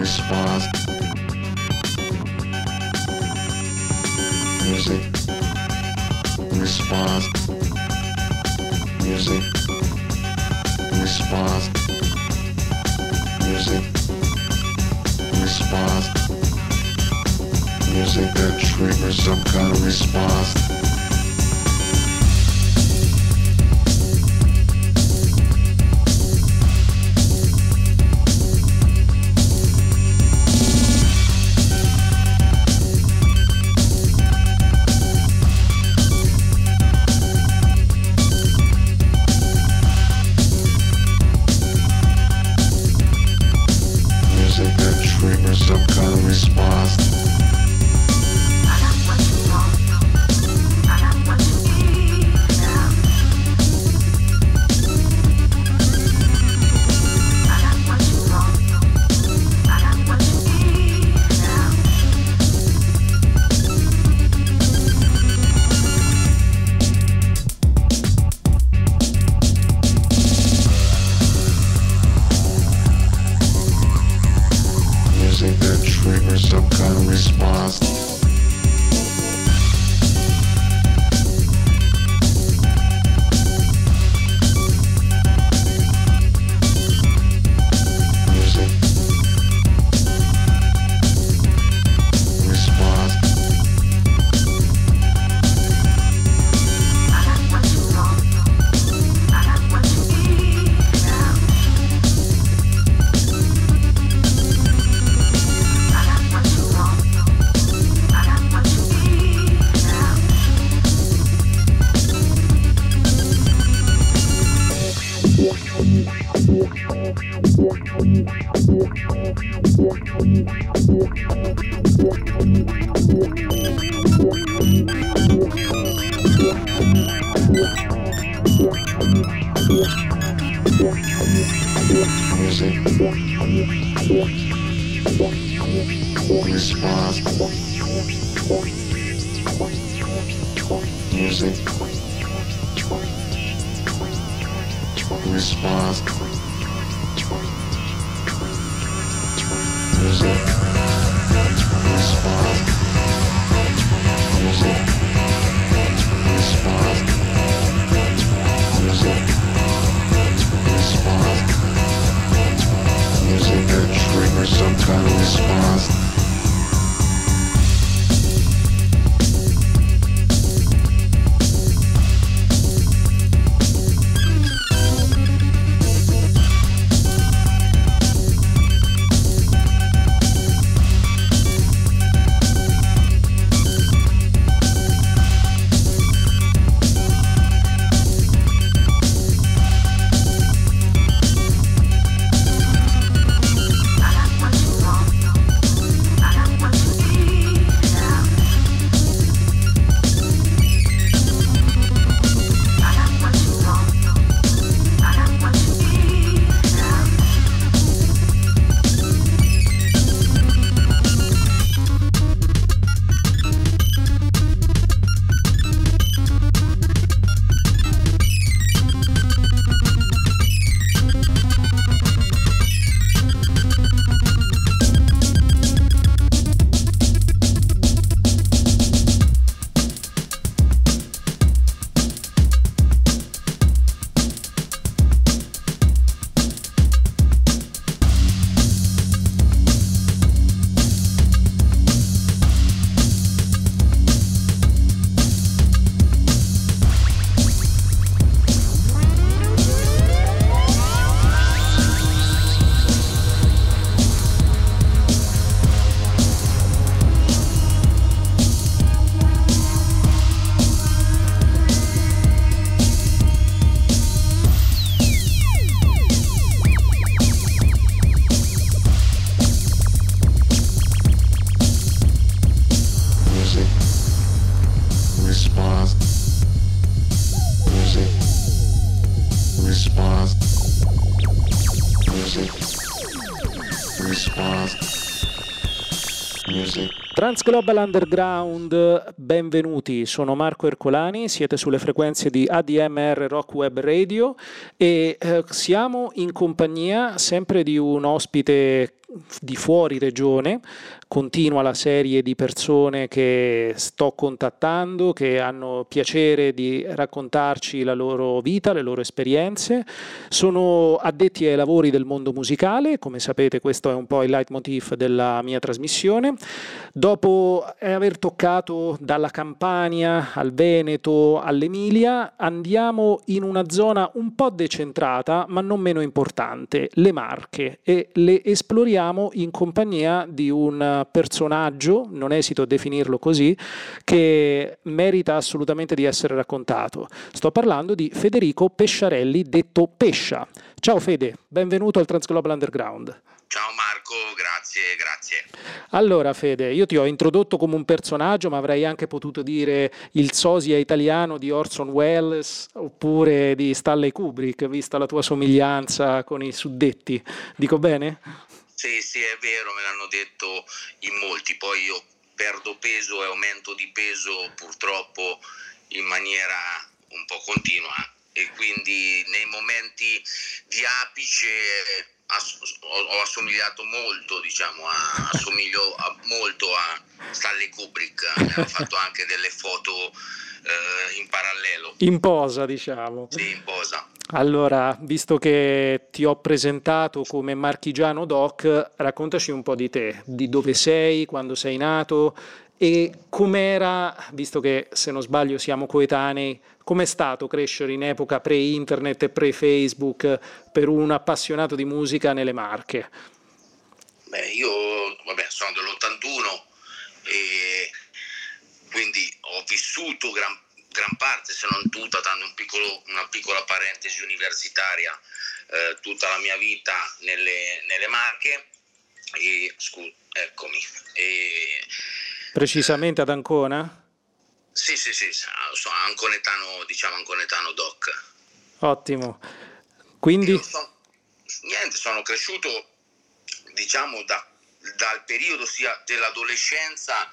response. Music response. Music response. Music response. Music that triggers some kind of response. Some kind of response. That triggers some kind of response. Music response. Music response. Music response. Music response. Music response. Music that triggers some kind of response. Trans Global Underground, benvenuti, sono Marco Ercolani, siete sulle frequenze di ADMR Rock Web Radio e siamo in compagnia sempre di un ospite di fuori regione. Continua la serie di persone che sto contattando, che hanno piacere di raccontarci la loro vita, le loro esperienze. Sono addetti ai lavori del mondo musicale, come sapete questo è un po' il leitmotiv della mia trasmissione. Dopo aver toccato dalla Campania al Veneto all'Emilia, andiamo in una zona un po' decentrata, ma non meno importante, le Marche, e le esploriamo in compagnia di un personaggio, non esito a definirlo così, che merita assolutamente di essere raccontato. Sto parlando di Federico Pesciarelli, detto Pescia. Ciao Fede, benvenuto al Transglobal Underground. Ciao Marco, grazie, grazie. Allora Fede, io ti ho introdotto come un personaggio, ma avrei anche potuto dire il sosia italiano di Orson Welles oppure di Stanley Kubrick, vista la tua somiglianza con i suddetti. Dico bene? Sì, è vero, me l'hanno detto in molti, poi io perdo peso e aumento di peso purtroppo in maniera un po' continua e quindi nei momenti di apice ho assomigliato molto, diciamo, assomiglio molto a Stanley Kubrick, abbiamo fatto anche delle foto in parallelo. In posa, diciamo. Sì, in posa. Allora, visto che ti ho presentato come marchigiano doc, raccontaci un po' di te, di dove sei, quando sei nato e com'era, visto che se non sbaglio siamo coetanei, com'è stato crescere in epoca pre-internet e pre-Facebook per un appassionato di musica nelle Marche? Beh, io sono dell'81 e quindi ho vissuto gran parte, se non tutta, dando una piccola parentesi universitaria, tutta la mia vita nelle Marche e eccomi. Precisamente ad Ancona? Sì, sono anconetano, diciamo anconetano doc. Ottimo. Quindi? Sono cresciuto, diciamo, dal periodo sia dell'adolescenza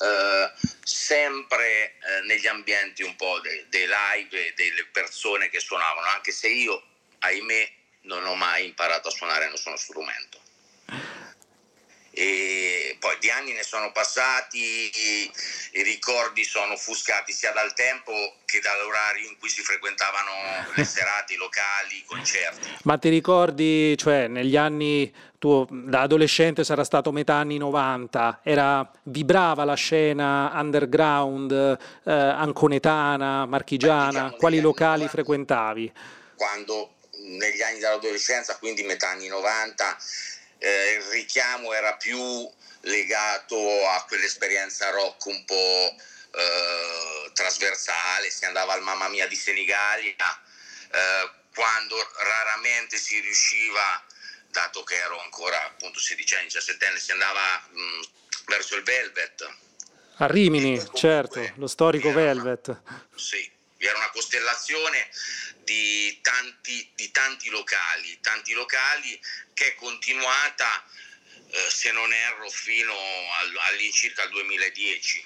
sempre negli ambienti un po' dei live e delle persone che suonavano, anche se io, ahimè, non ho mai imparato a suonare nessuno strumento. E poi di anni ne sono passati, i ricordi sono offuscati sia dal tempo che dall'orario in cui si frequentavano le serate, i locali, i concerti. Ma ti ricordi, cioè negli anni, tu da adolescente sarà stato metà anni 90, vibrava la scena underground, anconetana, marchigiana, diciamo, quali locali frequentavi? Quando negli anni dell'adolescenza, quindi metà anni 90, il richiamo era più legato a quell'esperienza rock un po' trasversale, si andava al Mamma Mia di Senigallia, quando raramente si riusciva, dato che ero ancora appunto 16 anni, 17 anni, si andava verso il Velvet. A Rimini, certo, lo storico Velvet. Sì, vi era una costellazione di tanti locali che è continuata, se non erro, fino all'incirca al 2010,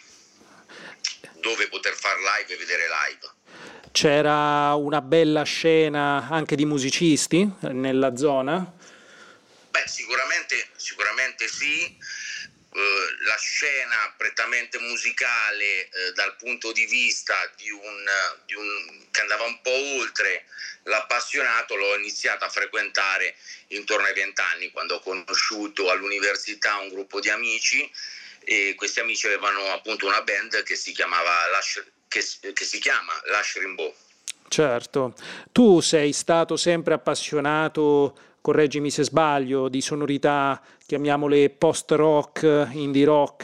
dove poter far live e vedere live. C'era una bella scena anche di musicisti nella zona? Beh, sicuramente sì. La scena prettamente musicale dal punto di vista di un che andava un po' oltre l'appassionato l'ho iniziato a frequentare intorno ai 20 anni, quando ho conosciuto all'università un gruppo di amici e questi amici avevano appunto una band che si chiamava che si chiama Lash Rimbaud. Certo, tu sei stato sempre appassionato, correggimi se sbaglio, di sonorità, chiamiamole post-rock, indie rock,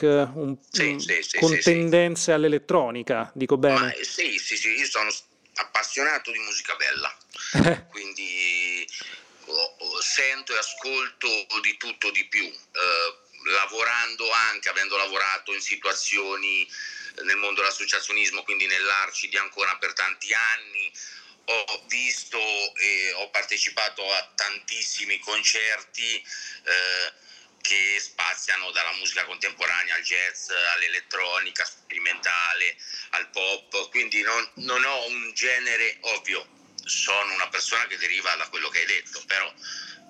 con tendenze all'elettronica, dico bene? Ma, sì, io sono appassionato di musica bella, quindi sento e ascolto di tutto di più, lavorando anche, avendo lavorato in situazioni nel mondo dell'associazionismo, quindi nell'Arci di Ancona per tanti anni, ho visto e ho partecipato a tantissimi concerti che spaziano dalla musica contemporanea al jazz, all'elettronica sperimentale, al pop, quindi non ho un genere, ovvio, sono una persona che deriva da quello che hai detto, però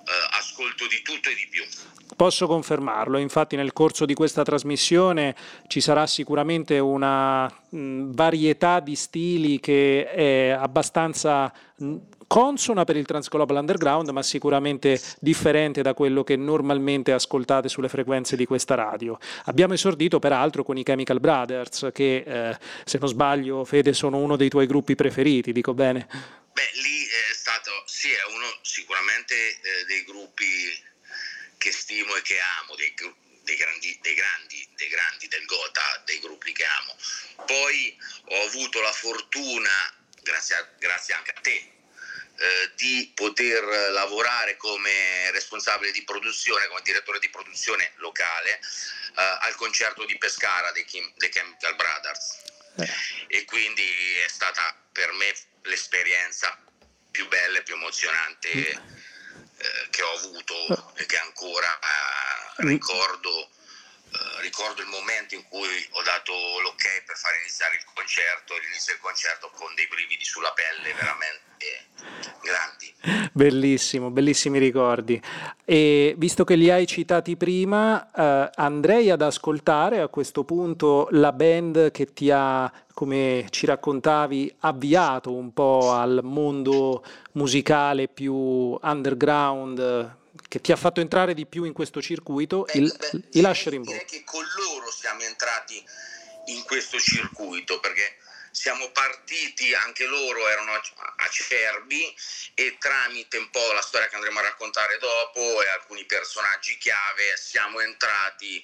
ascolto di tutto e di più. Posso confermarlo, infatti nel corso di questa trasmissione ci sarà sicuramente una varietà di stili che è abbastanza consona per il Transglobal Underground, ma sicuramente differente da quello che normalmente ascoltate sulle frequenze di questa radio. Abbiamo esordito peraltro con i Chemical Brothers, che se non sbaglio, Fede, sono uno dei tuoi gruppi preferiti, dico bene? Beh, lì è stato, sì, è uno sicuramente dei gruppi che stimo e che amo, dei grandi del Gotha, dei gruppi che amo. Poi ho avuto la fortuna, grazie anche a te, di poter lavorare come responsabile di produzione, come direttore di produzione locale al concerto di Pescara dei Chemical Brothers. E quindi è stata per me l'esperienza più bella e più emozionante che ho avuto e che ancora ricordo il momento in cui ho dato l'ok per fare iniziare il concerto, l'inizio del concerto con dei brividi sulla pelle veramente grandi. Bellissimo, bellissimi ricordi. E visto che li hai citati prima, andrei ad ascoltare a questo punto la band che ti ha, come ci raccontavi, avviato un po' al mondo musicale più underground, che ti ha fatto entrare di più in questo circuito, i Lush Rimbaud. Direi che con loro siamo entrati in questo circuito, perché siamo partiti, anche loro erano acerbi, e tramite un po' la storia che andremo a raccontare dopo e alcuni personaggi chiave siamo entrati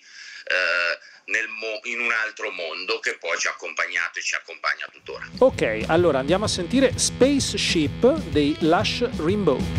in un altro mondo che poi ci ha accompagnato e ci accompagna tuttora. Ok, allora andiamo a sentire Spaceship dei Lush Rimbaud.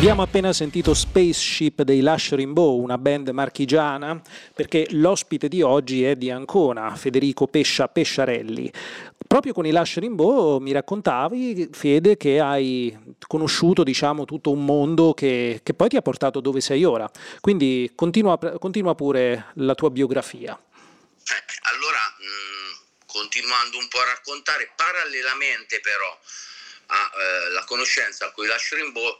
Abbiamo appena sentito Spaceship dei Lush Rimbaud, una band marchigiana, perché l'ospite di oggi è di Ancona, Federico Pesciarelli. Proprio con i Lush Rimbaud mi raccontavi, Fede, che hai conosciuto, diciamo, tutto un mondo che poi ti ha portato dove sei ora. Quindi continua pure la tua biografia. Allora, continuando un po' a raccontare, parallelamente però alla conoscenza con i Lush Rimbaud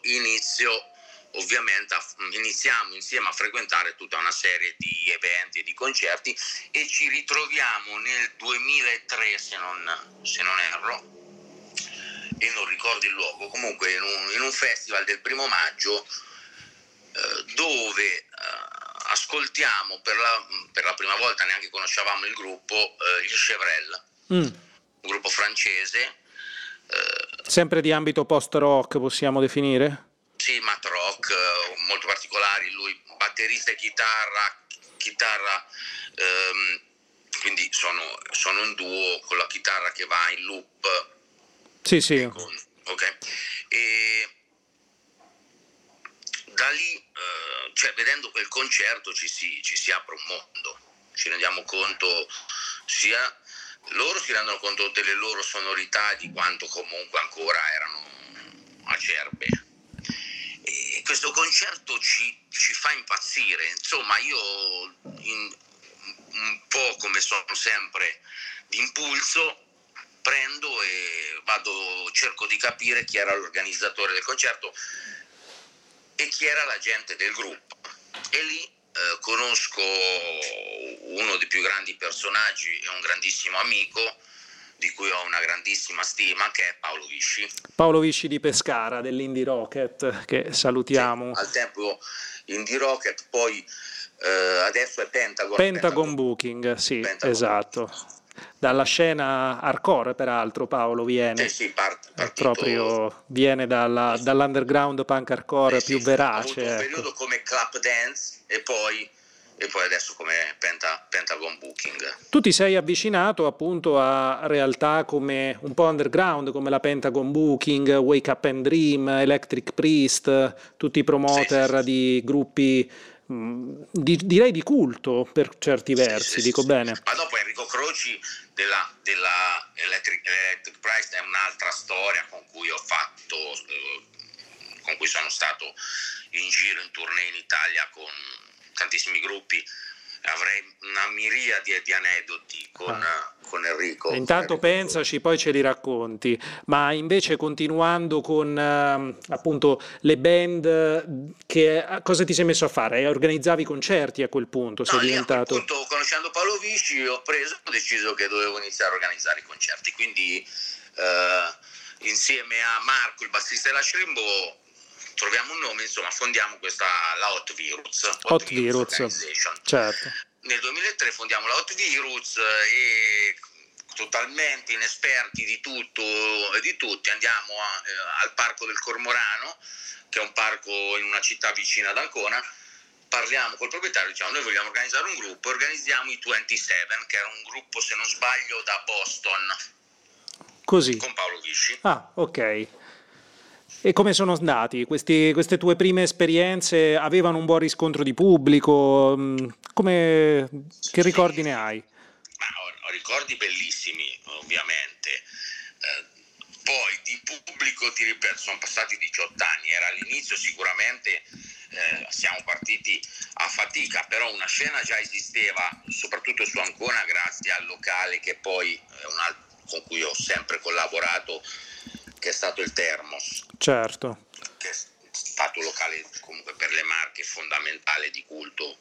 iniziamo insieme a frequentare tutta una serie di eventi e di concerti e ci ritroviamo nel 2003, se non erro, e non ricordo il luogo, comunque in un festival del 1° maggio dove ascoltiamo per la prima volta, neanche conoscevamo il gruppo, il Chevrel, un gruppo francese. Sempre di ambito post-rock possiamo definire? Sì, mat rock, molto particolari, lui batterista e chitarra, quindi sono un duo con la chitarra che va in loop. Sì. Ok. E da lì, vedendo quel concerto ci si apre un mondo, ci rendiamo conto loro si rendono conto delle loro sonorità e di quanto comunque ancora erano acerbe. E questo concerto ci fa impazzire. Insomma, io un po' come sono sempre d'impulso prendo e cerco di capire chi era l'organizzatore del concerto e chi era la gente del gruppo. E lì conosco uno dei più grandi personaggi e un grandissimo amico di cui ho una grandissima stima, che è Paolo Visci. Paolo Visci di Pescara, dell'Indie Rocket, che salutiamo. Sì, al tempo Indie Rocket, poi adesso è Pentagon Booking, sì, Pentagon. Esatto. Dalla scena hardcore, peraltro, Paolo viene. Sì, proprio viene dall'underground punk hardcore più verace. Ha avuto un periodo come Clap Dance e poi adesso come Pentagon Booking. Tu ti sei avvicinato appunto a realtà come un po' underground, come la Pentagon Booking, Wake Up and Dream, Electric Priest, tutti i promoter di gruppi direi di culto per certi versi, dico bene. Ma dopo Enrico Croci della Electric Priest è un'altra storia con cui sono stato in giro, in tournée in Italia con tantissimi gruppi. Avrei una miriade di aneddoti con Enrico. Intanto pensaci, poi ce li racconti. Ma invece continuando con appunto le band, cosa ti sei messo a fare? Organizzavi concerti a quel punto? No, lì a quel punto, conoscendo Paolo Visci, ho deciso che dovevo iniziare a organizzare i concerti. Quindi insieme a Marco, il bassista della Rimbaud, troviamo un nome, insomma, fondiamo la Hot Virus Organization. Certo. Nel 2003 fondiamo la Hot Virus e totalmente inesperti di tutto e di tutti andiamo al Parco del Cormorano, che è un parco in una città vicina ad Ancona. Parliamo col proprietario, diciamo: noi vogliamo organizzare un gruppo, organizziamo i 27, che era un gruppo, se non sbaglio, da Boston. Così. Con Paolo Visci. Ah, ok. E come sono andati? Queste tue prime esperienze avevano un buon riscontro di pubblico? Che ricordi ne hai? Ho ricordi bellissimi, ovviamente. Poi di pubblico, ti ripeto, sono passati 18 anni. Era all'inizio, sicuramente siamo partiti a fatica, però una scena già esisteva, soprattutto su Ancona, grazie al locale che poi è con cui ho sempre collaborato, che è stato il Termos. Certo. Che è stato un locale comunque per le Marche fondamentale, di culto.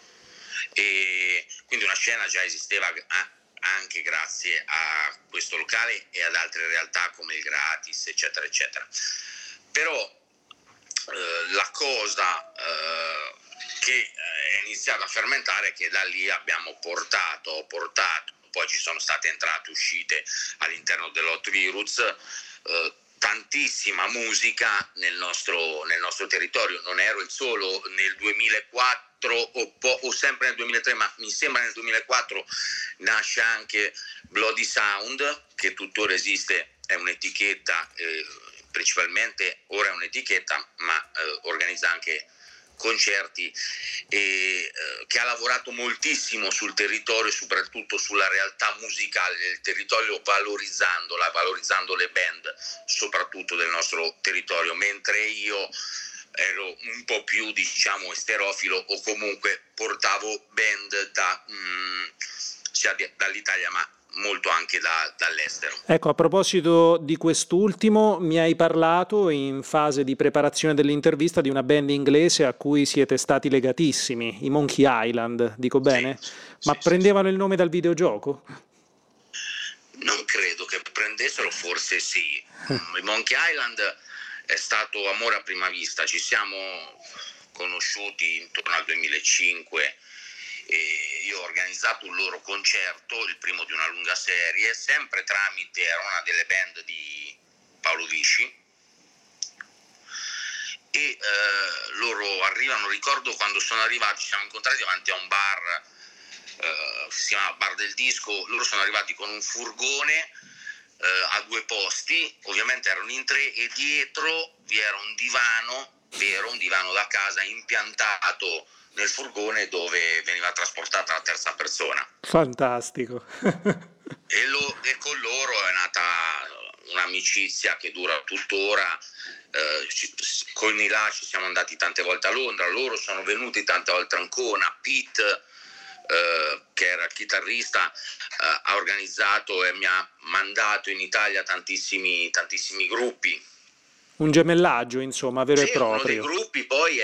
E quindi una scena già esisteva anche grazie a questo locale e ad altre realtà come il Gratis, eccetera, eccetera. Però la cosa che è iniziata a fermentare è che da lì abbiamo portato, poi ci sono state entrate e uscite all'interno dell'Hot Virus, tantissima musica nel nostro territorio. Non ero il solo. Nel 2004 o sempre nel 2003, ma mi sembra nel 2004 nasce anche Bloody Sound, che tuttora esiste, è un'etichetta principalmente, ora è un'etichetta, ma organizza anche concerti, e che ha lavorato moltissimo sul territorio, soprattutto sulla realtà musicale del territorio, valorizzando le band soprattutto del nostro territorio, mentre io ero un po' più, diciamo, esterofilo, o comunque portavo band sia dall'Italia ma molto anche dall'estero. Ecco, a proposito di quest'ultimo, mi hai parlato in fase di preparazione dell'intervista di una band inglese a cui siete stati legatissimi, i Monkey Island, dico bene? Sì, ma prendevano il nome dal videogioco? Non credo che prendessero, forse sì. I Monkey Island è stato amore a prima vista, ci siamo conosciuti intorno al 2005 e io ho organizzato un loro concerto, il primo di una lunga serie, sempre tramite, era una delle band di Paolo Visci, e loro arrivano, ricordo quando sono arrivati, ci siamo incontrati davanti a un bar, si chiama Bar del Disco, loro sono arrivati con un furgone a 2 posti, ovviamente erano in 3, e dietro vi era un divano da casa impiantato nel furgone dove veniva trasportata la terza persona. Fantastico. E con loro è nata un'amicizia che dura tuttora. Con i là ci siamo andati tante volte a Londra, loro sono venuti tante volte a Ancona. Pete, che era il chitarrista, ha organizzato e mi ha mandato in Italia tantissimi gruppi. Un gemellaggio, insomma, vero e proprio. Uno dei gruppi poi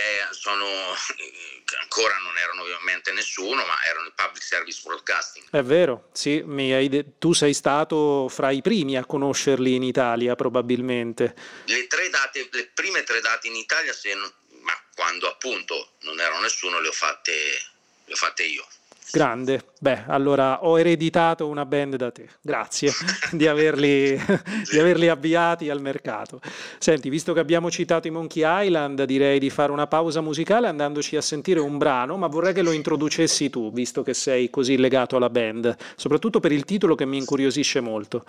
ancora non erano ovviamente nessuno, ma erano il Public Service Broadcasting. È vero, sì, tu sei stato fra i primi a conoscerli in Italia, probabilmente. Le prime 3 date in Italia, ma quando appunto non erano nessuno, le ho fatte io. Grande, allora ho ereditato una band da te, grazie di averli avviati al mercato. Senti, visto che abbiamo citato i Monkey Island, direi di fare una pausa musicale andandoci a sentire un brano, ma vorrei che lo introducessi tu, visto che sei così legato alla band, soprattutto per il titolo che mi incuriosisce molto.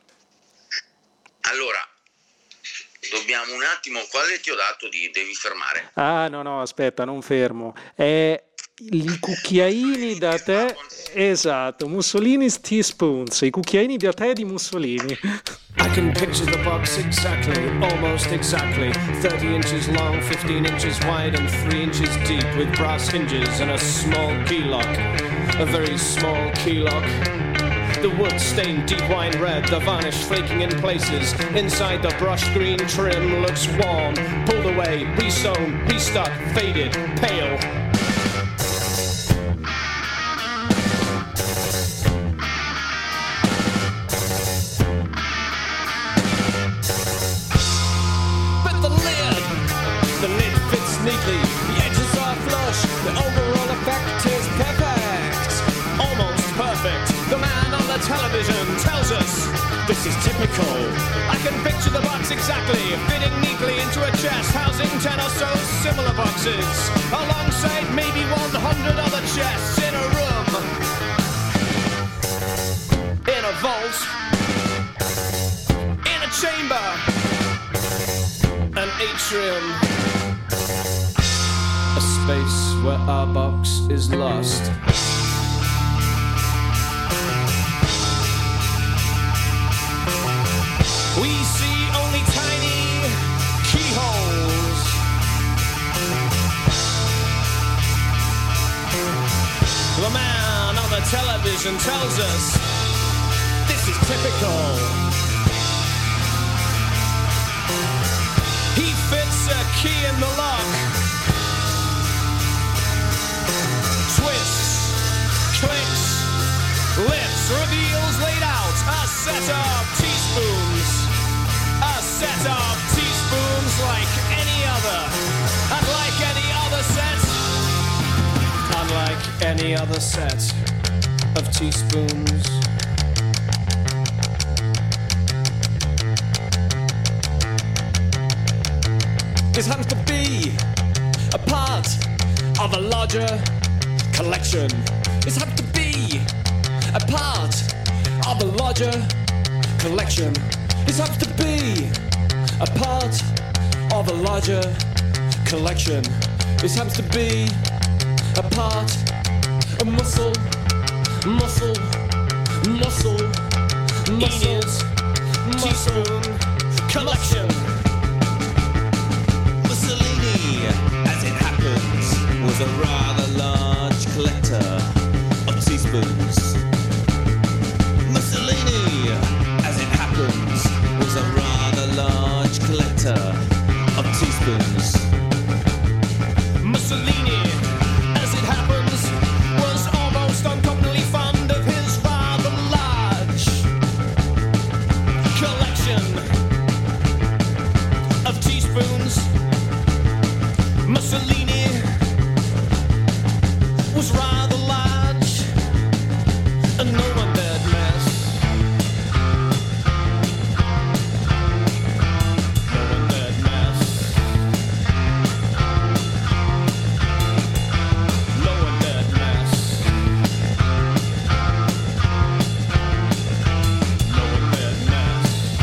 Allora, dobbiamo un attimo, quale ti ho dato devi fermare? Ah, no, aspetta, non fermo. È i cucchiaini da tè, esatto, Mussolini's Teaspoons, i cucchiaini da tè di Mussolini. I can picture the box exactly, almost exactly 30 inches long, 15 inches wide and 3 inches deep, with brass hinges and a small key lock, a very small key lock. The wood stained deep wine red, the varnish flaking in places. Inside the brush green trim looks worn, pulled away, resewn, restuck, faded, pale. Neatly, the edges are flush, the overall effect is perfect, almost perfect. The man on the television tells us this is typical. I can picture the box exactly, fitting neatly into a chest, housing 10 or so similar boxes, alongside maybe 100 other chests in a room, in a vault, in a chamber, an atrium. A space where our box is lost. We see only tiny keyholes. The man on the television tells us this is typical. He fits a key in the lock. Twists, clicks, lifts, reveals laid out a set of teaspoons. A set of teaspoons like any other. Unlike any other set. Unlike any other set of teaspoons. This happens to be a part of a larger collection. This happens to be a part of a larger collection. This happens to be a part of a larger collection. This happens to be a part, a muscle, teaspoon collection. Mussolini, as it happens, was a rather large collector of teaspoons. Mussolini, as it happens, was a rather large collector of teaspoons. Mussolini, as it happens, was almost uncommonly fond of his rather large collection of teaspoons. Mussolini was rather large, and no one dared mess. No one dared mess. No one dared mess. No one dared mess.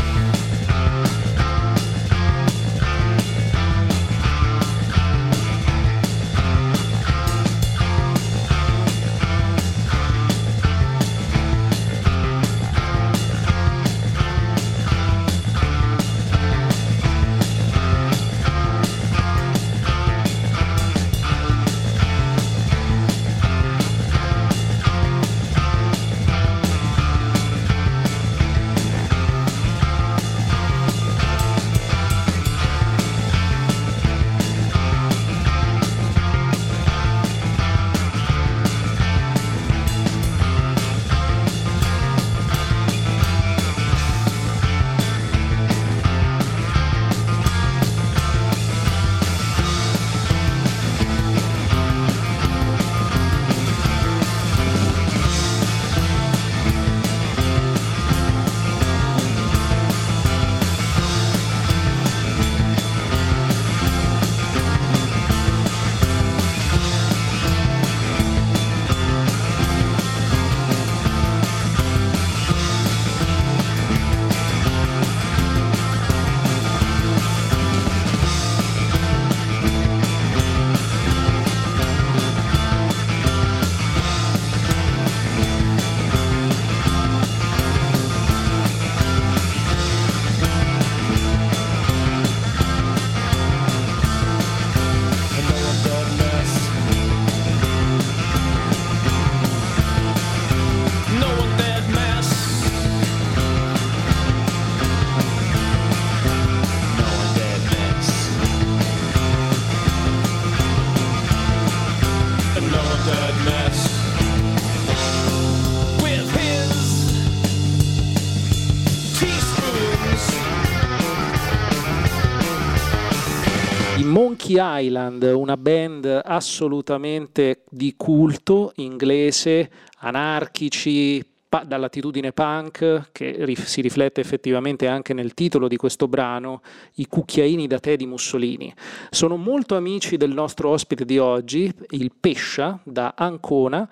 Monkey Island, una band assolutamente di culto, inglese, anarchici, dall'attitudine punk, che si riflette effettivamente anche nel titolo di questo brano, I cucchiaini da tè di Mussolini. Sono molto amici del nostro ospite di oggi, il Pescia, da Ancona,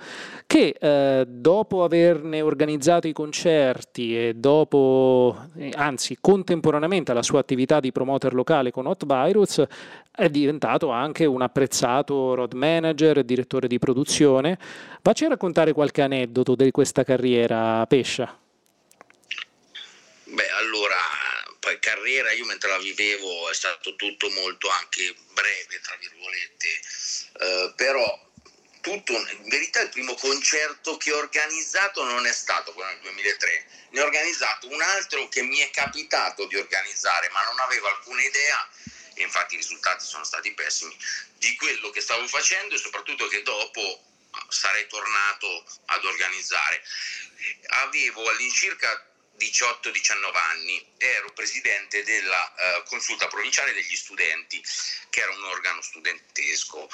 che dopo averne organizzato i concerti e anzi contemporaneamente alla sua attività di promoter locale con Hot Virus, è diventato anche un apprezzato road manager e direttore di produzione. Facci raccontare qualche aneddoto di questa carriera, Pescia. Beh, allora, poi carriera, io mentre la vivevo è stato tutto molto anche breve, tra virgolette, però tutto, in verità il primo concerto che ho organizzato non è stato quello nel 2003, ne ho organizzato un altro che mi è capitato di organizzare, ma non avevo alcuna idea, e infatti i risultati sono stati pessimi, di quello che stavo facendo e soprattutto che dopo sarei tornato ad organizzare. Avevo all'incirca 18-19 anni, ero presidente della consulta provinciale degli studenti, che era un organo studentesco,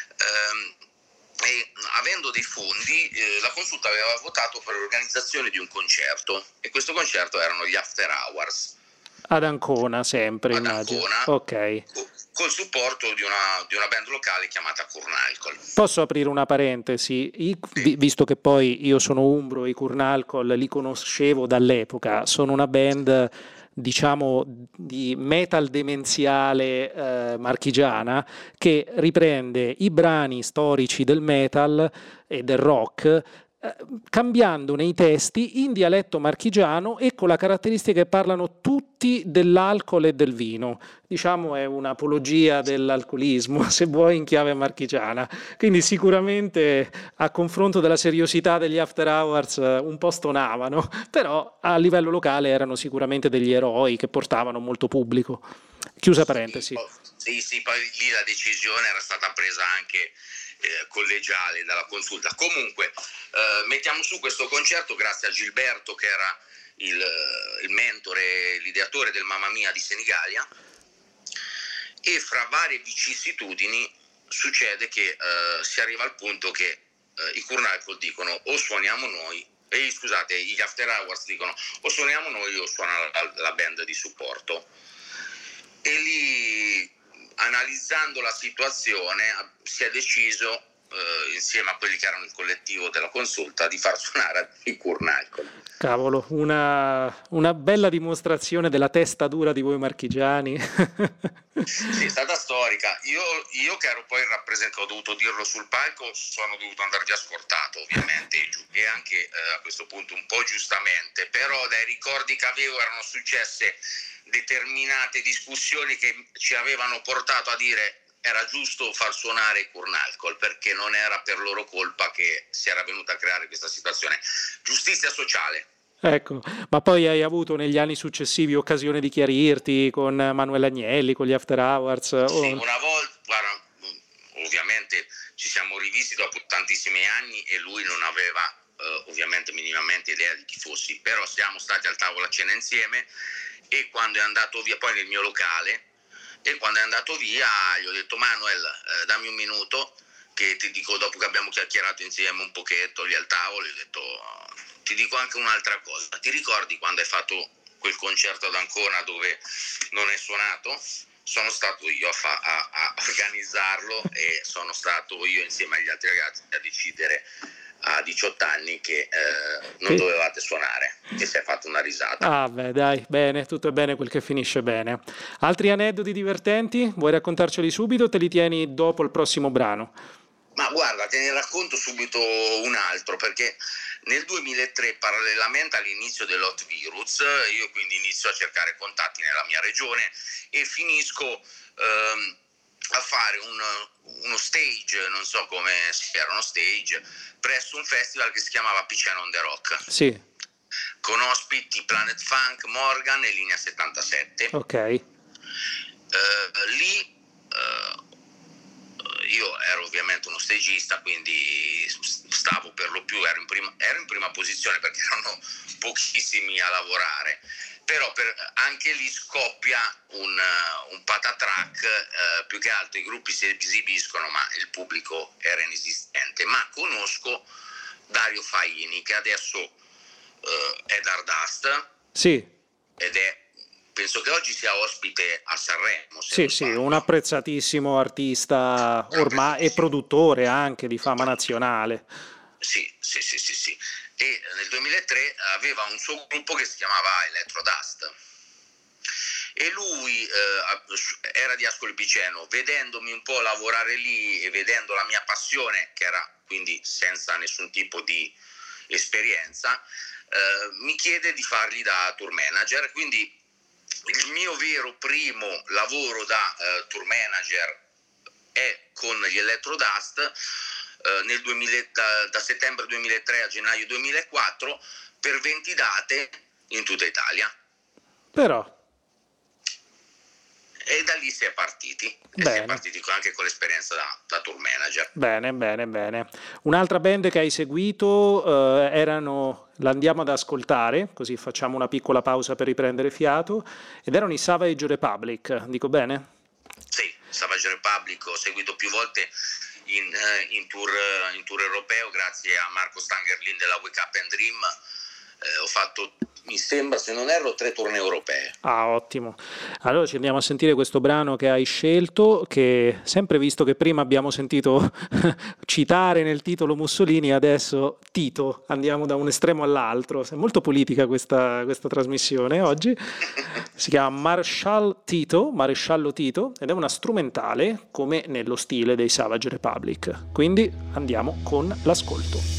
e avendo dei fondi la consulta aveva votato per l'organizzazione di un concerto, e questo concerto erano gli After Hours ad Ancona, sempre ad immagino. Ancona, ok, col supporto di una band locale chiamata Kurnalkol. Posso aprire una parentesi? Visto che poi io sono umbro, i Kurnalkol li conoscevo dall'epoca, sono una band diciamo di metal demenziale marchigiana, che riprende i brani storici del metal e del rock, cambiandone i testi in dialetto marchigiano e con la caratteristica che parlano tutti dell'alcol e del vino. Diciamo è un'apologia dell'alcolismo, se vuoi, in chiave marchigiana. Quindi sicuramente a confronto della seriosità degli After Hours un po' stonavano, però a livello locale erano sicuramente degli eroi che portavano molto pubblico. Chiusa parentesi. Sì, poi lì la decisione era stata presa anche collegiale dalla consulta. Comunque mettiamo su questo concerto grazie a Gilberto, che era il mentore, l'ideatore del Mamma Mia di Senigallia, e fra varie vicissitudini succede che si arriva al punto che i Kurnalkol dicono o suoniamo noi, gli After Hours dicono o suoniamo noi o suona la band di supporto. E lì, analizzando la situazione, si è deciso insieme a quelli che erano il collettivo della consulta di far suonare i Kurnalkol. Cavolo, una bella dimostrazione della testa dura di voi marchigiani. Sì, è stata storica. Io che ero poi il rappresentante, ho dovuto dirlo sul palco, sono dovuto andare via scortato, ovviamente, e anche a questo punto un po' giustamente, però dai ricordi che avevo erano successe determinate discussioni che ci avevano portato a dire era giusto far suonare i Kurnalkol, perché non era per loro colpa che si era venuta a creare questa situazione. Giustizia sociale. Ecco, ma poi hai avuto negli anni successivi occasione di chiarirti con Manuel Agnelli, con gli After Hours? Sì, una volta, guarda, ovviamente ci siamo rivisti dopo tantissimi anni e lui non aveva ovviamente minimamente idea di chi fossi, però siamo stati al tavolo a cena insieme, e quando è andato via, poi nel mio locale, e quando è andato via gli ho detto: Manuel, dammi un minuto che ti dico, dopo che abbiamo chiacchierato insieme un pochetto lì al tavolo, gli ho detto: ti dico anche un'altra cosa, ti ricordi quando hai fatto quel concerto ad Ancona dove non hai suonato? Sono stato io a organizzarlo, e sono stato io insieme agli altri ragazzi a decidere a 18 anni che non dovevate suonare, e si è fatto una risata. Ah beh, dai, bene, tutto è bene quel che finisce bene. Altri aneddoti divertenti? Vuoi raccontarceli subito o te li tieni dopo il prossimo brano? Ma guarda, te ne racconto subito un altro, perché nel 2003, parallelamente all'inizio dell'Hot Virus, io quindi inizio a cercare contatti nella mia regione e finisco a fare uno stage, non so come si era, uno stage presso un festival che si chiamava Piceno on the Rock. Sì. Con ospiti Planet Funk, Morgan e Linea 77. Ok. Lì io ero ovviamente uno stagista, quindi stavo per lo più, ero in prima posizione perché erano pochissimi a lavorare, però anche lì scoppia un patatrack, più che altro i gruppi si esibiscono ma il pubblico era inesistente. Ma conosco Dario Faini, che adesso è Dardust. Sì. Ed è, penso che oggi sia ospite a Sanremo. Sì, un apprezzatissimo artista ormai e produttore anche di fama nazionale. Sì. E nel 2003 aveva un suo gruppo che si chiamava Electrodust. E lui era di Ascoli Piceno. Vedendomi un po' lavorare lì e vedendo la mia passione, che era quindi senza nessun tipo di esperienza, mi chiede di fargli da tour manager. Quindi il mio vero primo lavoro da tour manager è con gli Electrodust da settembre 2003 a gennaio 2004 per 20 date in tutta Italia. Però. E da lì si è partiti. E si è partiti anche con l'esperienza da tour manager. Bene. Un'altra band che hai seguito erano, l'andiamo ad ascoltare, così facciamo una piccola pausa per riprendere fiato, ed erano i Savage Republic, dico bene? Sì, Savage Republic ho seguito più volte in tour europeo grazie a Marco Stangerlin della Wake Up and Dream. Ho fatto mi sembra, se non erro, 3 tournée europee. Ah, ottimo. Allora ci andiamo a sentire questo brano che hai scelto, che sempre visto che prima abbiamo sentito citare nel titolo Mussolini, adesso Tito, andiamo da un estremo all'altro. È molto politica questa trasmissione oggi. Si chiama Maresciallo Tito, ed è una strumentale come nello stile dei Savage Republic. Quindi andiamo con l'ascolto.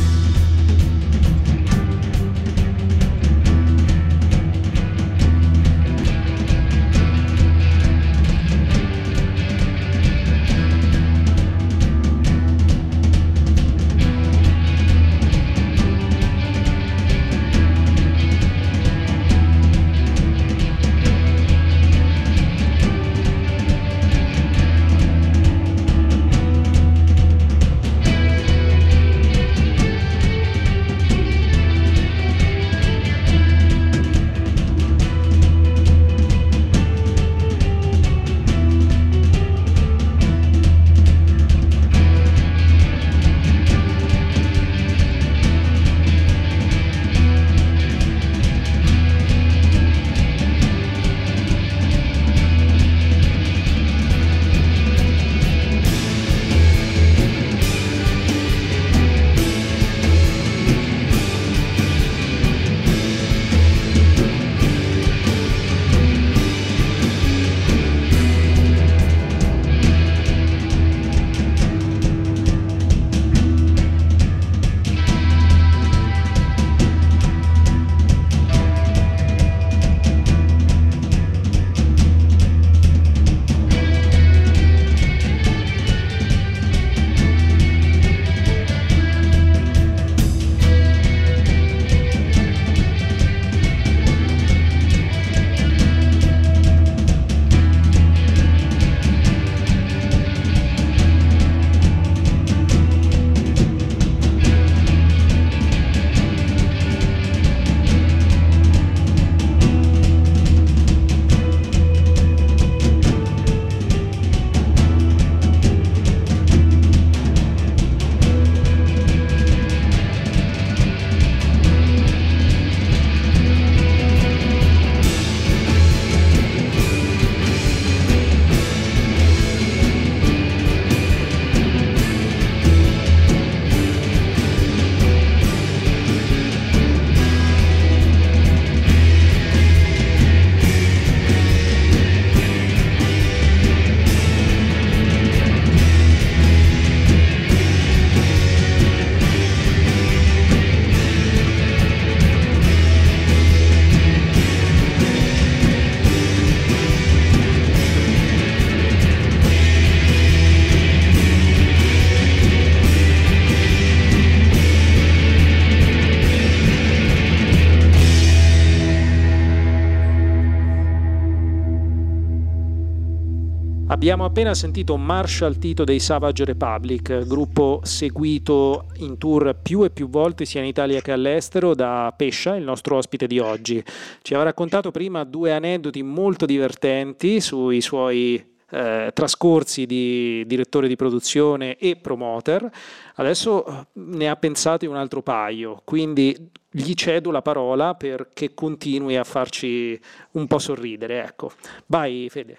Abbiamo appena sentito Marshall Tito dei Savage Republic, gruppo seguito in tour più e più volte sia in Italia che all'estero da Pescia, il nostro ospite di oggi. Ci aveva raccontato prima 2 aneddoti molto divertenti sui suoi trascorsi di direttore di produzione e promoter. Adesso ne ha pensati un altro paio, quindi gli cedo la parola perché continui a farci un po' sorridere. Ecco. Vai Fede.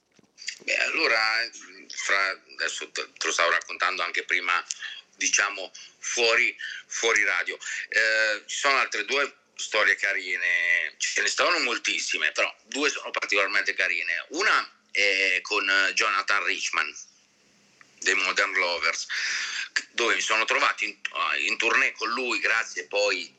Beh, allora, adesso te lo stavo raccontando anche prima, diciamo, fuori radio. Ci sono altre 2 storie carine, ce ne stavano moltissime, però 2 sono particolarmente carine. Una è con Jonathan Richman dei Modern Lovers, dove mi sono trovati in tournée con lui, grazie poi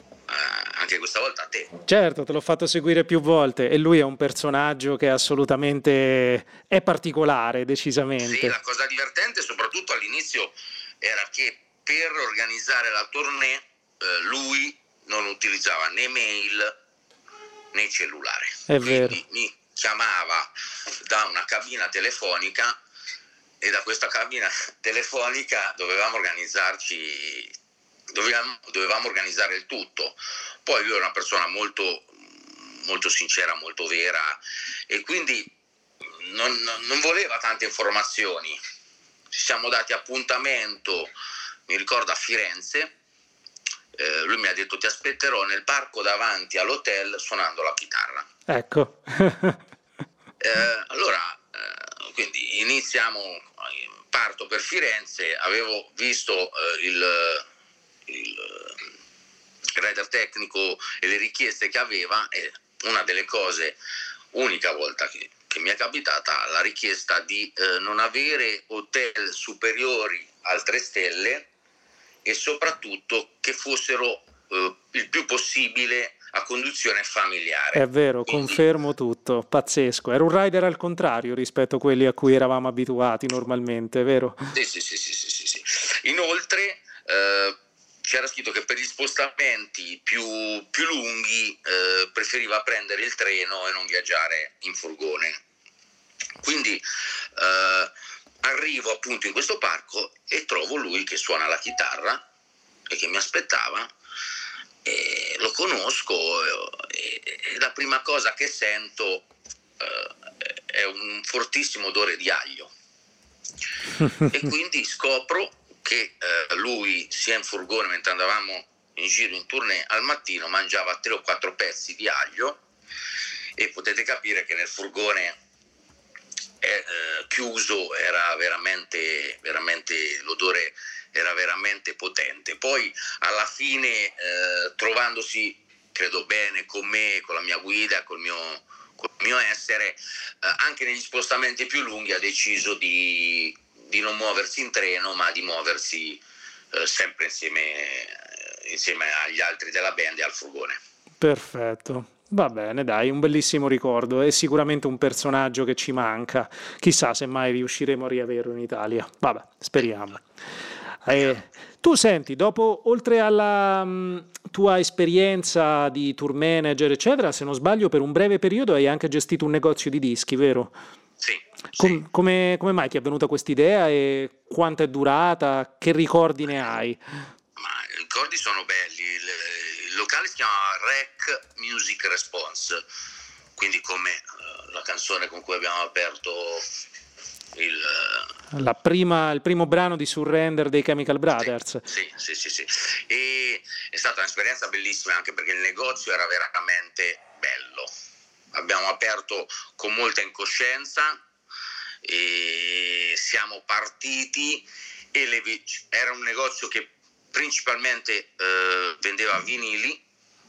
anche questa volta a te. Certo, te l'ho fatto seguire più volte e lui è un personaggio che assolutamente è particolare, decisamente. Sì, la cosa divertente soprattutto all'inizio era che per organizzare la tournée lui non utilizzava né mail né cellulare. È quindi vero. Mi chiamava da una cabina telefonica e da questa cabina telefonica dovevamo organizzare il tutto. Poi lui era una persona molto, molto sincera, molto vera, e quindi non voleva tante informazioni. Ci siamo dati appuntamento, mi ricordo, a Firenze, lui mi ha detto: ti aspetterò nel parco davanti all'hotel suonando la chitarra. Ecco. Allora, quindi parto per Firenze, avevo visto il rider tecnico e le richieste che aveva, e una delle cose, unica volta che mi è capitata, la richiesta di non avere hotel superiori al 3 stelle e soprattutto che fossero il più possibile a conduzione familiare. È vero, quindi confermo tutto, pazzesco. Era un rider al contrario rispetto a quelli a cui eravamo abituati normalmente, vero? Sì. Inoltre c'era scritto che per gli spostamenti più lunghi preferiva prendere il treno e non viaggiare in furgone. Quindi arrivo appunto in questo parco e trovo lui che suona la chitarra e che mi aspettava, e lo conosco, e la prima cosa che sento è un fortissimo odore di aglio. E quindi scopro che lui, sia in furgone mentre andavamo in giro in tournée, al mattino mangiava 3 o 4 pezzi di aglio, e potete capire che nel furgone chiuso era veramente l'odore era veramente potente. Poi alla fine, trovandosi credo bene con me, con la mia guida, col mio essere, anche negli spostamenti più lunghi ha deciso di non muoversi in treno, ma di muoversi sempre insieme agli altri della band e al furgone. Perfetto. Va bene, dai, un bellissimo ricordo, è sicuramente un personaggio che ci manca. Chissà se mai riusciremo a riaverlo in Italia. Vabbè, speriamo. Tu senti, dopo, oltre alla tua esperienza di tour manager, eccetera, se non sbaglio, per un breve periodo hai anche gestito un negozio di dischi, vero? Sì. Come mai ti è venuta quest'idea e quanto è durata? Che ricordi ne hai? Ma i ricordi sono belli. Il locale si chiama Rec Music Response, quindi come la canzone con cui abbiamo aperto il primo brano di Surrender dei Chemical Brothers. Sì. E è stata un'esperienza bellissima, anche perché il negozio era veramente bello. Abbiamo aperto con molta incoscienza e siamo partiti, e era un negozio che principalmente vendeva vinili.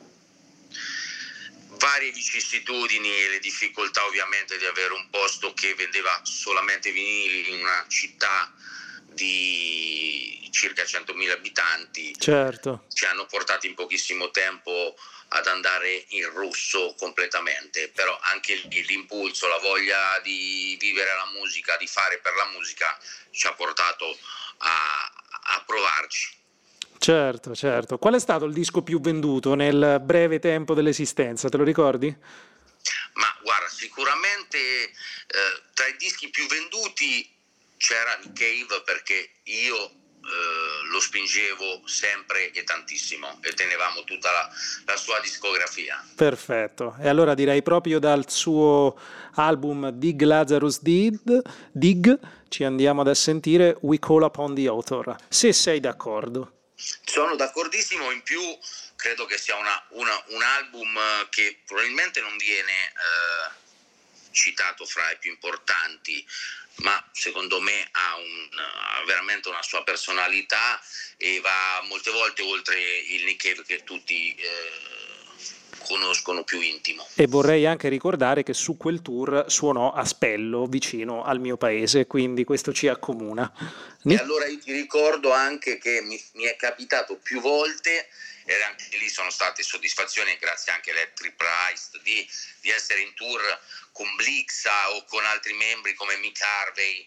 Varie vicissitudini e le difficoltà ovviamente di avere un posto che vendeva solamente vinili in una città di circa 100.000 abitanti, certo, ci hanno portati in pochissimo tempo ad andare in rosso completamente, però anche l'impulso, la voglia di vivere la musica, di fare per la musica, ci ha portato a provarci. Certo. Qual è stato il disco più venduto nel breve tempo dell'esistenza, te lo ricordi? Ma guarda, sicuramente tra i dischi più venduti c'era Nick Cave, perché io lo spingevo sempre e tantissimo, e tenevamo tutta la sua discografia. Perfetto, e allora direi proprio dal suo album Dig Lazarus Dig ci andiamo ad sentire We Call Upon the Author, se sei d'accordo. Sono d'accordissimo, in più credo che sia un album che probabilmente non viene citato fra i più importanti, ma secondo me ha veramente una sua personalità e va molte volte oltre il Nick Cave che tutti conoscono più intimo. E vorrei anche ricordare che su quel tour suonò a Spello, vicino al mio paese, quindi questo ci accomuna. E allora io ti ricordo anche che mi è capitato più volte, e anche lì sono state soddisfazioni, grazie anche a Electric Price, di essere in tour con Blixa o con altri membri come Mick Harvey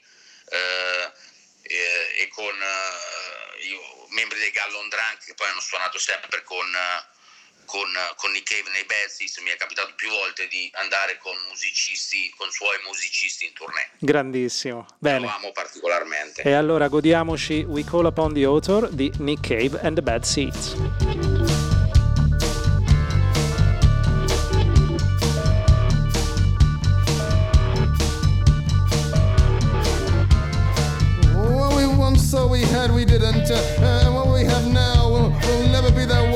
e con i membri dei Gallon Drunk, che poi hanno suonato sempre con Nick Cave nei Bad Seeds. Mi è capitato più volte di andare con suoi musicisti in tournée. Grandissimo, bene. Lo amo particolarmente. E allora godiamoci We Call Upon the Author di Nick Cave and the Bad Seeds. What we once saw we had, we didn't. What we have now will never be that way.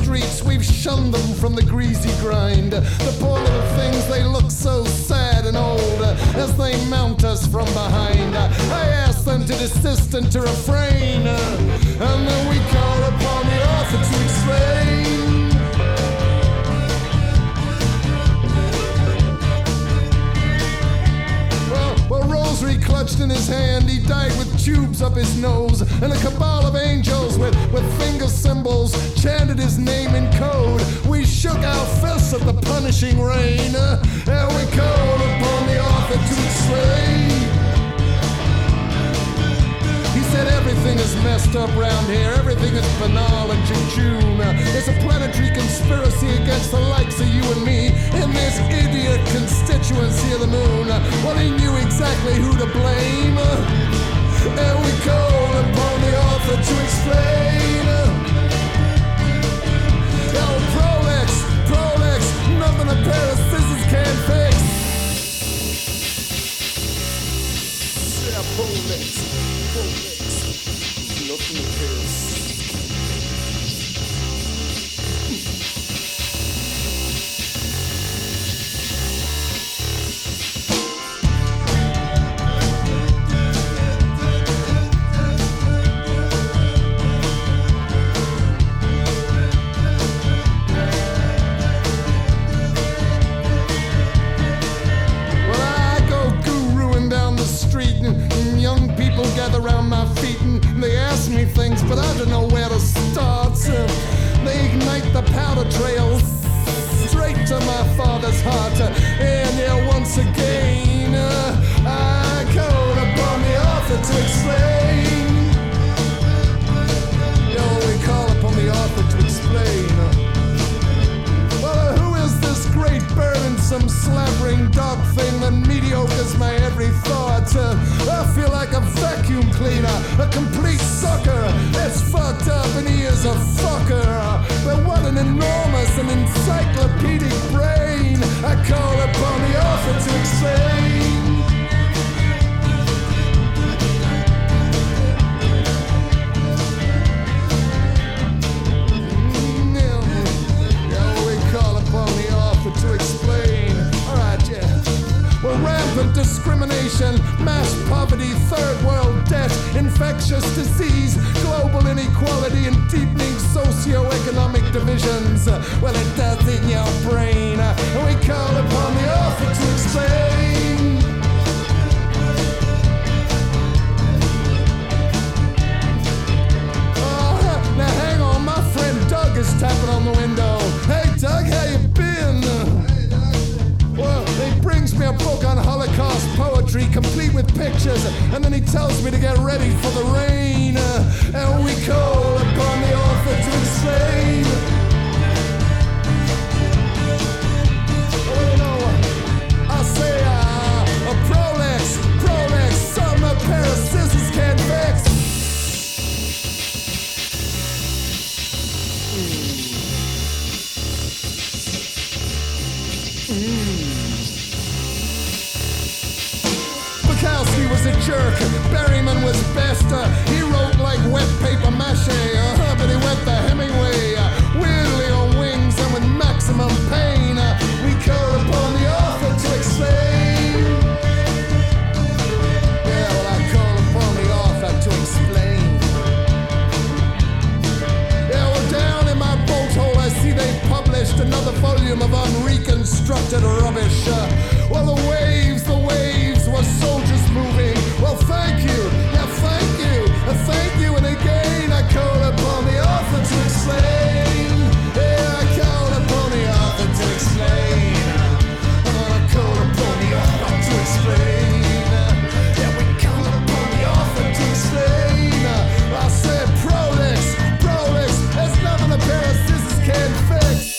streets, we've shunned them from the greasy grind. The poor little things, they look so sad and old as they mount us from behind. I ask them to desist and to refrain, and then we call upon the author to explain. Well, rosary clutched in his hand, he died with tubes up his nose, and a cabal of angels with finger symbols chanted his name in code. We shook our fists at the punishing rain, and we called upon the author to explain. He said everything is messed up round here, everything is banal and jejune. It's a planetary conspiracy against the likes of you and me in this idiot constituency of the moon. Well, he knew exactly who to blame, and we called upon the author to explain. Oh, Prolex, nothing a pair of scissors can't fix. Yeah, Prolex, nothing a pair of gather around my feet and they ask me things, but I don't know where to start. They ignite the powder trail straight to my father's heart. And yeah, once again, I called upon the author to explain. Yo, we call upon the author to explain. Well, who is this great burdensome, slavering dog thing that mediocres my every thought? I feel like a vacuum cleaner, a complete sucker that's fucked up and he is a fucker. But what an enormous and encyclopedic brain. I call upon the author to explain. To explain. Alright, yeah. Well, rampant discrimination, mass poverty, third world debt, infectious disease, global inequality, and deepening socio-economic divisions. Well, it does in your brain. And we call upon the author to explain. Oh, now hang on, my friend Doug is tapping on the window. Hey Doug, how you been? Well, he brings me a book on Holocaust poetry, complete with pictures, and then he tells me to get ready for the rain. And we call upon the author to explain. Oh, no, I say, a Prolex, something a pair of scissors can't fix. Bukowski was a jerk, Berryman was best. He wrote like wet paper mache, but he went the Hemingway, weirdly on wings and with maximum pain. We call upon the author to explain. Yeah, well, I call upon the author to explain. Yeah, well, down in my bolt hole I see they published another volume of unreconstructed rubbish. Well, the waves were soldiers moving. Well, thank you, yeah, thank you, and again I call upon the author to explain. Yeah, I call upon the author to explain. I'm gonna call upon the author to explain. Yeah, we call upon the author to explain. I said Prolex, there's nothing a pair of scissors can't fix.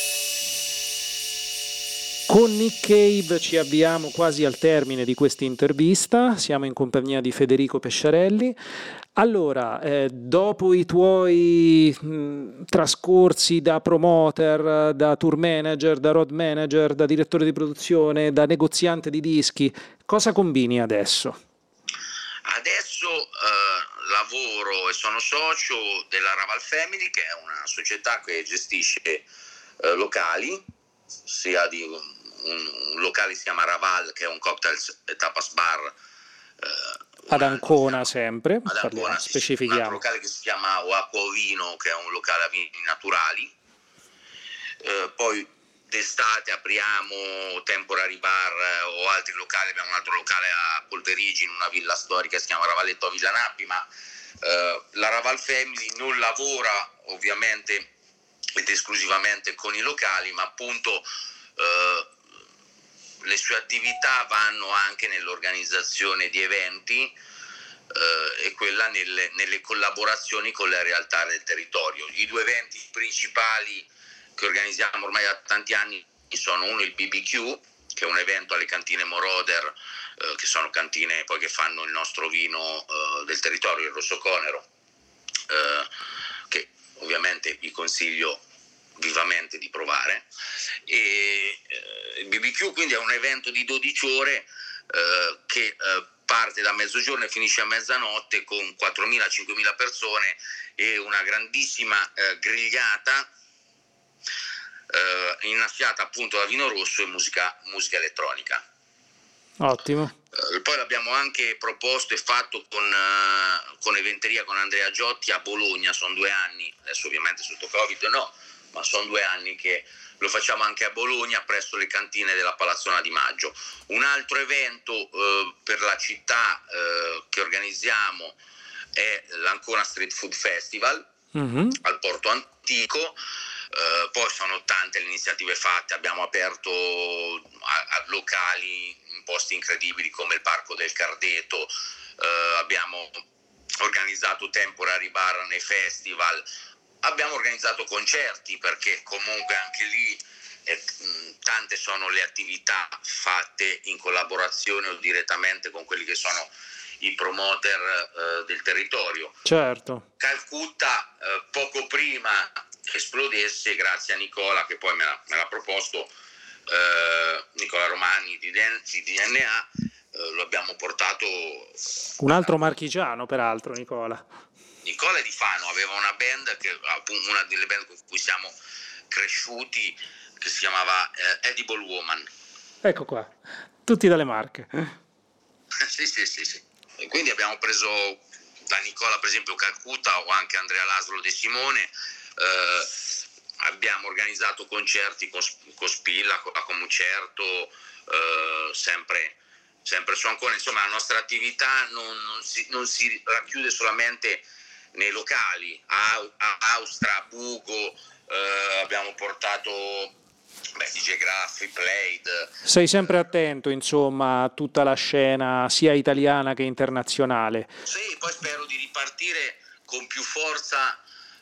Con Nick Cave ci avviamo quasi al termine di questa intervista, siamo in compagnia di Federico Pesciarelli. Allora, dopo i tuoi trascorsi da promoter, da tour manager, da road manager, da direttore di produzione, da negoziante di dischi, cosa combini adesso? Adesso lavoro e sono socio della Raval Family, che è una società che gestisce locali, sia di un locale si chiama Raval, che è un cocktails e tapas bar ad Ancona, sempre ad Ancona, un specifichiamo. altro locale che si chiama Oacqua Vino, che è un locale a vini naturali. Poi d'estate apriamo temporary bar o altri locali, abbiamo un altro locale a Polverigi, in una villa storica che si chiama Ravalletto a Villa Nappi, ma la Raval Family non lavora ovviamente ed esclusivamente con i locali, ma appunto le sue attività vanno anche nell'organizzazione di eventi e quella nelle collaborazioni con le realtà del territorio. I due eventi principali che organizziamo ormai da tanti anni sono uno il BBQ, che è un evento alle cantine Moroder, che sono cantine poi che fanno il nostro vino del territorio, il Rosso Conero, che ovviamente vi consiglio vivamente di provare. E il BBQ quindi è un evento di 12 ore che parte da mezzogiorno e finisce a mezzanotte, con 4.000-5.000 persone e una grandissima grigliata innaffiata appunto da vino rosso e musica elettronica. Ottimo. Poi l'abbiamo anche proposto e fatto con Eventeria, con Andrea Giotti a Bologna. Sono 2 anni, adesso ovviamente sotto Covid no, ma sono 2 anni che lo facciamo anche a Bologna, presso le cantine della Palazzona di Maggio. Un altro evento per la città che organizziamo è l'Ancona Street Food Festival al Porto Antico. Poi sono tante le iniziative fatte, abbiamo aperto a locali in posti incredibili come il Parco del Cardeto, abbiamo organizzato temporary bar nei festival, abbiamo organizzato concerti, perché comunque anche lì tante sono le attività fatte in collaborazione o direttamente con quelli che sono i promoter del territorio. Certo. Calcutta poco prima che esplodesse, grazie a Nicola, che poi me l'ha proposto, Nicola Romani di DNA, lo abbiamo portato. Un altro marchigiano peraltro, Nicola è di Fano, aveva una band, una delle band con cui siamo cresciuti, che si chiamava Edible Woman. Ecco qua, tutti dalle Marche. Sì. E quindi abbiamo preso da Nicola per esempio Calcutta, o anche Andrea Laslo De Simone. Abbiamo organizzato concerti con Spilla, con la Comucerto, sempre su Ancona. Insomma, la nostra attività non si racchiude solamente nei locali. A Austra, Bugo, abbiamo portato DJ Graffi, Played. Sei sempre attento, insomma, a tutta la scena sia italiana che internazionale. Sì, poi spero di ripartire con più forza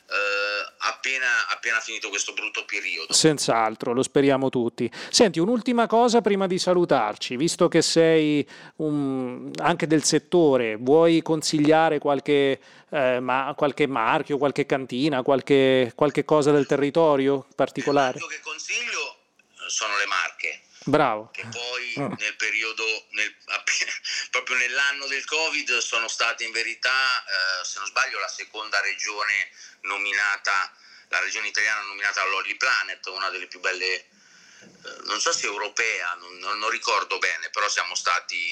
appena finito questo brutto periodo. Senz'altro, lo speriamo tutti. Senti, un'ultima cosa prima di salutarci, visto che sei anche del settore, vuoi consigliare qualche marchio, qualche cantina, qualche cosa del territorio particolare? Il marchio che consiglio sono le Marche. Bravo. Che poi nel periodo, proprio nell'anno del Covid, sono state in verità, se non sbaglio, la seconda regione nominata, la regione italiana nominata all'Holly Planet, una delle più belle, non so se europea, non ricordo bene, però siamo stati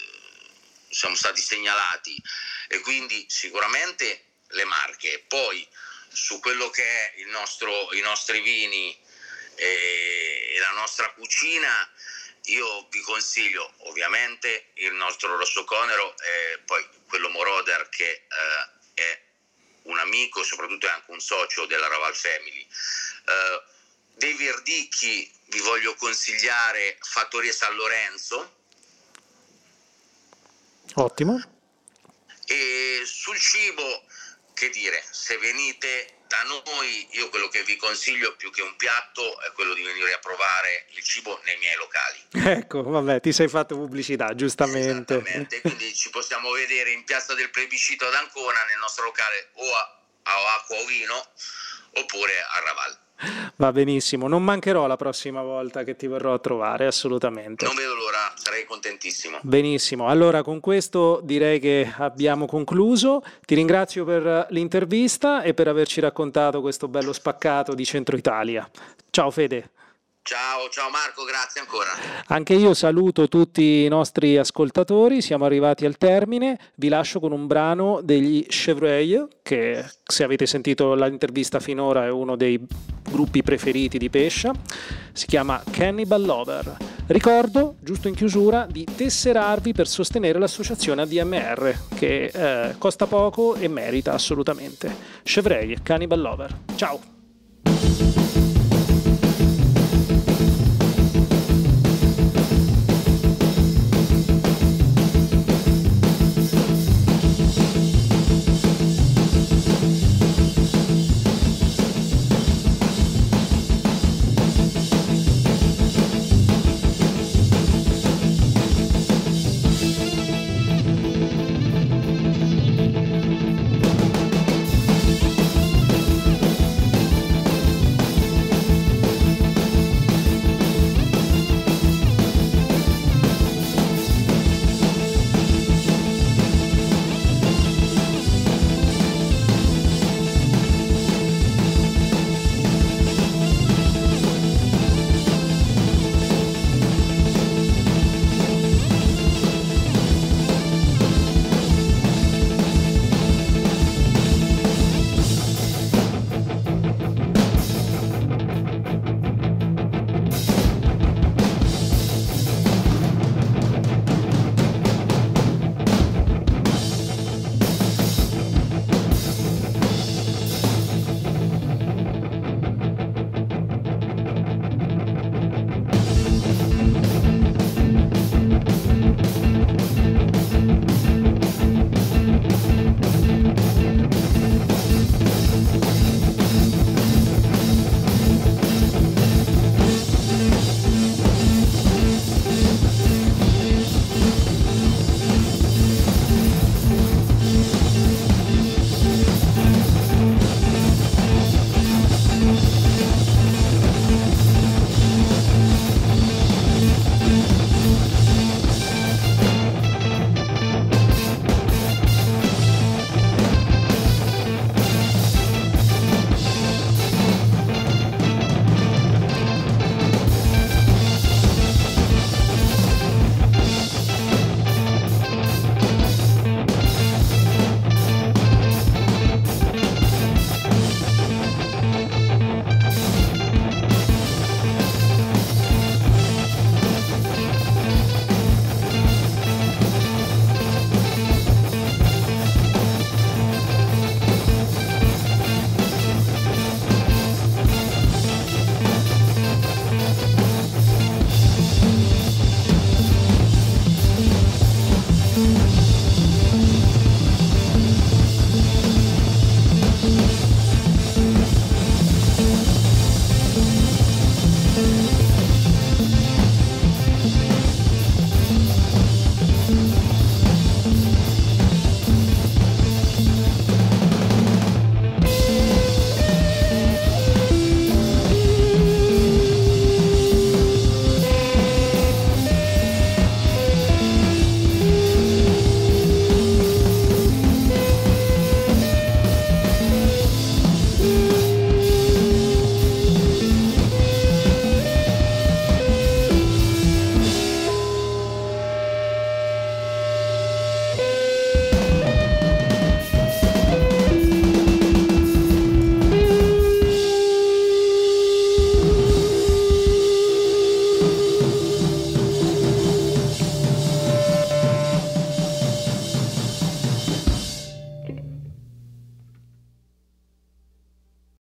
segnalati, e quindi sicuramente le Marche. Poi su quello che è i nostri vini e la nostra cucina, io vi consiglio ovviamente il nostro Rosso Conero e poi quello Moroder, che è un amico, soprattutto è anche un socio della Raval Family. Dei verdicchi vi voglio consigliare Fattorie San Lorenzo. Ottimo. E sul cibo, che dire, se venite da noi, io quello che vi consiglio più che un piatto è quello di venire a provare il cibo nei miei locali. Ecco, vabbè, ti sei fatto pubblicità, giustamente. Esattamente, quindi ci possiamo vedere in Piazza del Plebiscito ad Ancona, nel nostro locale, o a Acqua o Vino, oppure a Raval. Va benissimo, non mancherò la prossima volta che ti verrò a trovare, assolutamente. Non vedo l'ora, sarei contentissimo. Benissimo, allora con questo direi che abbiamo concluso. Ti ringrazio per l'intervista e per averci raccontato questo bello spaccato di Centro Italia. Ciao Fede. Ciao Marco, grazie ancora. Anche io saluto tutti i nostri ascoltatori, siamo arrivati al termine, vi lascio con un brano degli Chevreuil, che se avete sentito l'intervista finora è uno dei gruppi preferiti di Pescia, si chiama Cannibal Lover. Ricordo, giusto in chiusura, di tesserarvi per sostenere l'associazione ADMR, che costa poco e merita assolutamente. Chevreuil, Cannibal Lover. Ciao!